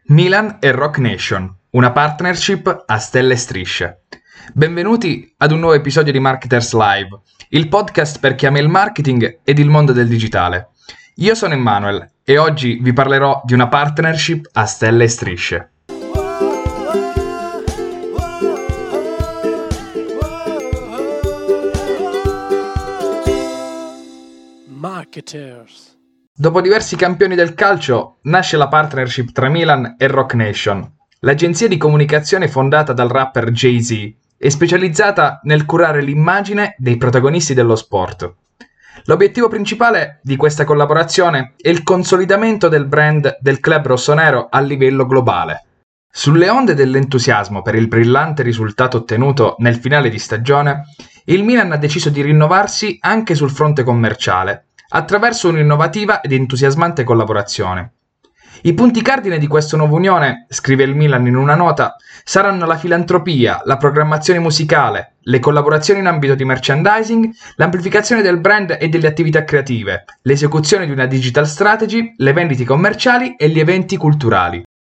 Milan e Rock Nation, una partnership a stelle e strisce. Benvenuti ad un nuovo episodio di Marketers Live, il podcast per chi ama il marketing ed il mondo del digitale. Io sono Emmanuel e oggi vi parlerò di una partnership a stelle e strisce. Marketers. Dopo diversi campioni del calcio, nasce la partnership tra Milan e Rock Nation, l'agenzia di comunicazione fondata dal rapper Jay-Z e specializzata nel curare l'immagine dei protagonisti dello sport. L'obiettivo principale di questa collaborazione è il consolidamento del brand del club rossonero a livello globale. Sulle onde dell'entusiasmo per il brillante risultato ottenuto nel finale di stagione, il Milan ha deciso di rinnovarsi anche sul fronte commerciale, attraverso un'innovativa ed entusiasmante collaborazione. I punti cardine di questa nuova unione, scrive il Milan in una nota, saranno la filantropia, la programmazione musicale, le collaborazioni in ambito di merchandising, l'amplificazione del brand e delle attività creative, l'esecuzione di una digital strategy, le vendite commerciali e gli eventi culturali.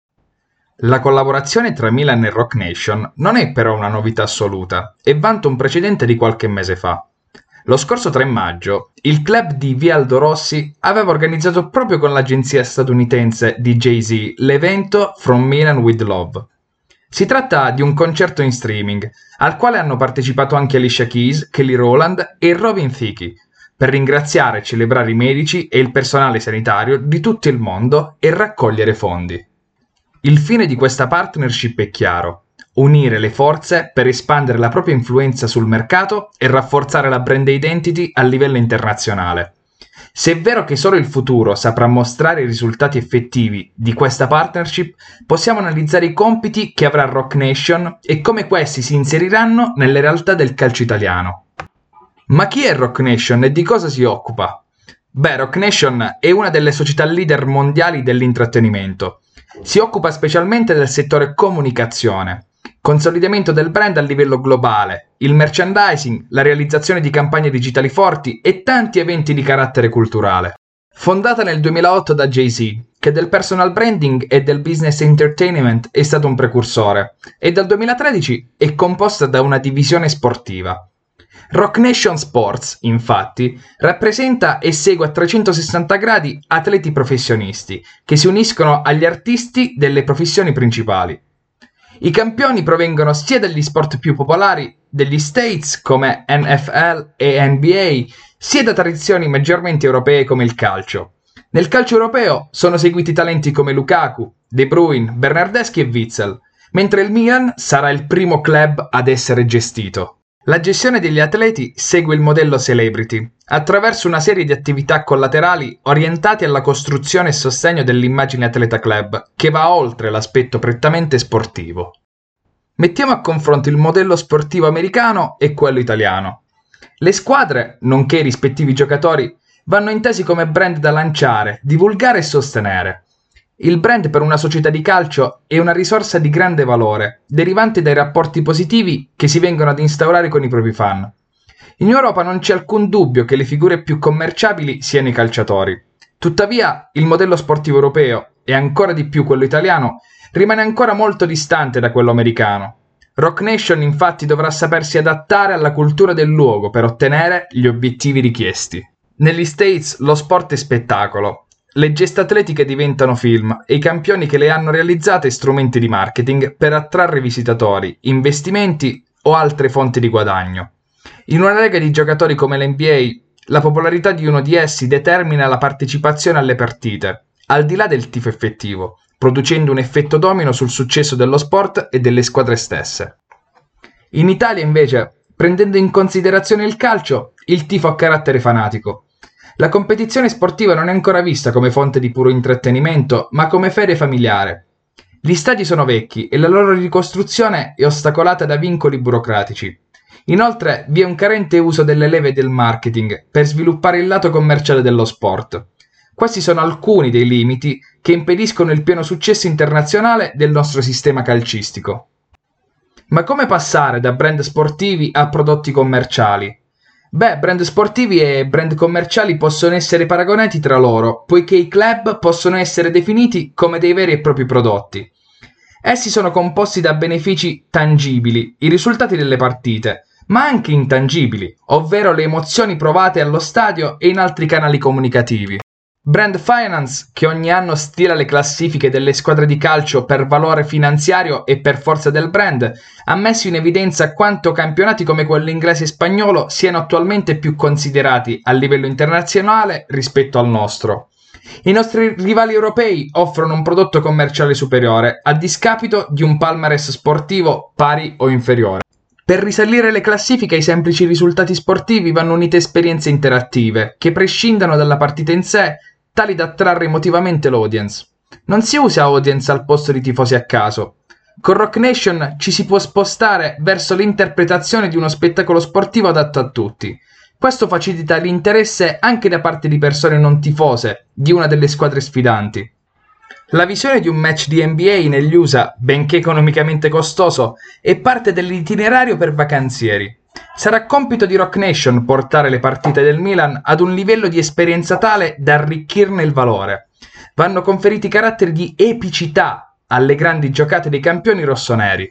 La collaborazione tra Milan e Rock Nation non è però una novità assoluta e vanta un precedente di qualche mese fa. Lo scorso 3 maggio, il club di Via Aldo Rossi aveva organizzato proprio con l'agenzia statunitense di Jay-Z l'evento From Milan with Love. Si tratta di un concerto in streaming, al quale hanno partecipato anche Alicia Keys, Kelly Rowland e Robin Thicke, per ringraziare e celebrare i medici e il personale sanitario di tutto il mondo e raccogliere fondi. Il fine di questa partnership è chiaro: unire le forze per espandere la propria influenza sul mercato e rafforzare la brand identity a livello internazionale. Se è vero che solo il futuro saprà mostrare i risultati effettivi di questa partnership, possiamo analizzare i compiti che avrà Rock Nation e come questi si inseriranno nelle realtà del calcio italiano. Ma chi è Rock Nation e di cosa si occupa? Rock Nation è una delle società leader mondiali dell'intrattenimento. Si occupa specialmente del settore comunicazione, consolidamento del brand a livello globale, il merchandising, la realizzazione di campagne digitali forti e tanti eventi di carattere culturale. Fondata nel 2008 da Jay-Z, che del personal branding e del business entertainment è stato un precursore, e dal 2013 è composta da una divisione sportiva. Rock Nation Sports, infatti, rappresenta e segue a 360 gradi atleti professionisti che si uniscono agli artisti delle professioni principali. I campioni provengono sia dagli sport più popolari degli States come NFL e NBA, sia da tradizioni maggiormente europee come il calcio. Nel calcio europeo sono seguiti talenti come Lukaku, De Bruyne, Bernardeschi e Witsel, mentre il Milan sarà il primo club ad essere gestito. La gestione degli atleti segue il modello Celebrity, attraverso una serie di attività collaterali orientate alla costruzione e sostegno dell'immagine atleta club, che va oltre l'aspetto prettamente sportivo. Mettiamo a confronto il modello sportivo americano e quello italiano. Le squadre, nonché i rispettivi giocatori, vanno intesi come brand da lanciare, divulgare e sostenere. Il brand per una società di calcio è una risorsa di grande valore, derivante dai rapporti positivi che si vengono ad instaurare con i propri fan. In Europa non c'è alcun dubbio che le figure più commerciabili siano i calciatori. Tuttavia, il modello sportivo europeo, e ancora di più quello italiano, rimane ancora molto distante da quello americano. Rock Nation infatti dovrà sapersi adattare alla cultura del luogo per ottenere gli obiettivi richiesti. Negli States lo sport è spettacolo. Le geste atletiche diventano film e i campioni che le hanno realizzate strumenti di marketing per attrarre visitatori, investimenti o altre fonti di guadagno. In una lega di giocatori come l'NBA, la popolarità di uno di essi determina la partecipazione alle partite, al di là del tifo effettivo, producendo un effetto domino sul successo dello sport e delle squadre stesse. In Italia, invece, prendendo in considerazione il calcio, il tifo ha carattere fanatico. La competizione sportiva non è ancora vista come fonte di puro intrattenimento, ma come ferie familiare. Gli stadi sono vecchi e la loro ricostruzione è ostacolata da vincoli burocratici. Inoltre vi è un carente uso delle leve del marketing per sviluppare il lato commerciale dello sport. Questi sono alcuni dei limiti che impediscono il pieno successo internazionale del nostro sistema calcistico. Ma come passare da brand sportivi a prodotti commerciali? Beh, brand sportivi e brand commerciali possono essere paragonati tra loro, poiché i club possono essere definiti come dei veri e propri prodotti. Essi sono composti da benefici tangibili, i risultati delle partite, ma anche intangibili, ovvero le emozioni provate allo stadio e in altri canali comunicativi. Brand Finance, che ogni anno stila le classifiche delle squadre di calcio per valore finanziario e per forza del brand, ha messo in evidenza quanto campionati come quello inglese e spagnolo siano attualmente più considerati a livello internazionale rispetto al nostro. I nostri rivali europei offrono un prodotto commerciale superiore, a discapito di un palmarès sportivo pari o inferiore. Per risalire le classifiche ai semplici risultati sportivi vanno unite esperienze interattive, che prescindano dalla partita in sé, tali da attrarre emotivamente l'audience. Non si usa audience al posto di tifosi a caso. Con Rock Nation ci si può spostare verso l'interpretazione di uno spettacolo sportivo adatto a tutti. Questo facilita l'interesse anche da parte di persone non tifose di una delle squadre sfidanti. La visione di un match di NBA negli USA, benché economicamente costoso, è parte dell'itinerario per vacanzieri. Sarà compito di Rock Nation portare le partite del Milan ad un livello di esperienza tale da arricchirne il valore. Vanno conferiti caratteri di epicità alle grandi giocate dei campioni rossoneri.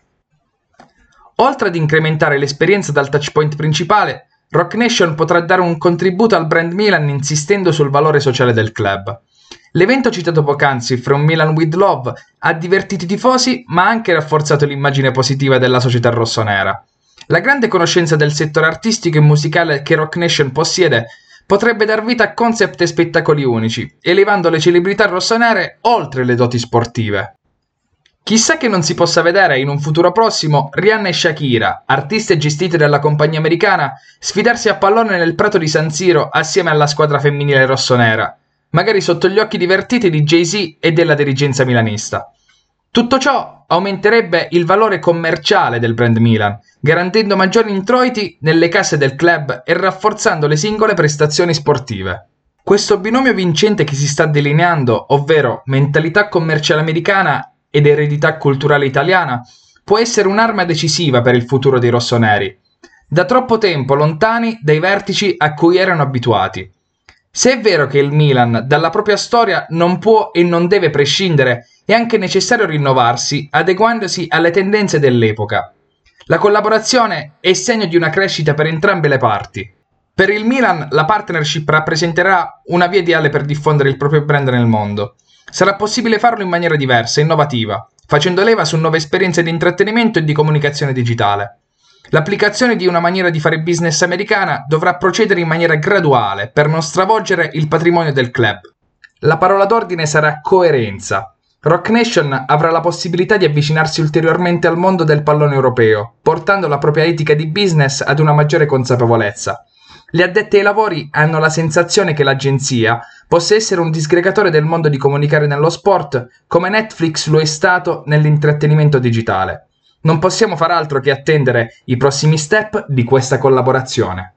Oltre ad incrementare l'esperienza dal touchpoint principale, Rock Nation potrà dare un contributo al brand Milan insistendo sul valore sociale del club. L'evento citato poc'anzi, From Milan with Love, ha divertito i tifosi ma ha anche rafforzato l'immagine positiva della società rossonera. La grande conoscenza del settore artistico e musicale che Rock Nation possiede potrebbe dar vita a concept e spettacoli unici, elevando le celebrità rossonere oltre le doti sportive. Chissà che non si possa vedere in un futuro prossimo Rihanna e Shakira, artiste gestite dalla compagnia americana, sfidarsi a pallone nel prato di San Siro assieme alla squadra femminile rossonera, magari sotto gli occhi divertiti di Jay-Z e della dirigenza milanista. Tutto ciò aumenterebbe il valore commerciale del brand Milan, garantendo maggiori introiti nelle casse del club e rafforzando le singole prestazioni sportive. Questo binomio vincente che si sta delineando, ovvero mentalità commerciale americana ed eredità culturale italiana, può essere un'arma decisiva per il futuro dei rossoneri, da troppo tempo lontani dai vertici a cui erano abituati. Se è vero che il Milan dalla propria storia non può e non deve prescindere, è anche necessario rinnovarsi, adeguandosi alle tendenze dell'epoca. La collaborazione è segno di una crescita per entrambe le parti. Per il Milan la partnership rappresenterà una via ideale per diffondere il proprio brand nel mondo. Sarà possibile farlo in maniera diversa e innovativa, facendo leva su nuove esperienze di intrattenimento e di comunicazione digitale. L'applicazione di una maniera di fare business americana dovrà procedere in maniera graduale per non stravolgere il patrimonio del club. La parola d'ordine sarà coerenza. Rock Nation avrà la possibilità di avvicinarsi ulteriormente al mondo del pallone europeo, portando la propria etica di business ad una maggiore consapevolezza. Gli addetti ai lavori hanno la sensazione che l'agenzia possa essere un disgregatore del mondo di comunicare nello sport, come Netflix lo è stato nell'intrattenimento digitale. Non possiamo far altro che attendere i prossimi step di questa collaborazione.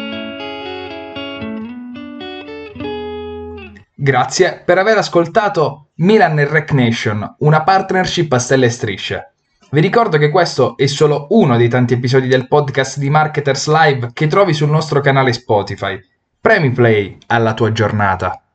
Grazie per aver ascoltato Milan e Rock Nation, una partnership a stelle e strisce. Vi ricordo che questo è solo uno dei tanti episodi del podcast di Marketers Live che trovi sul nostro canale Spotify. Premi play alla tua giornata.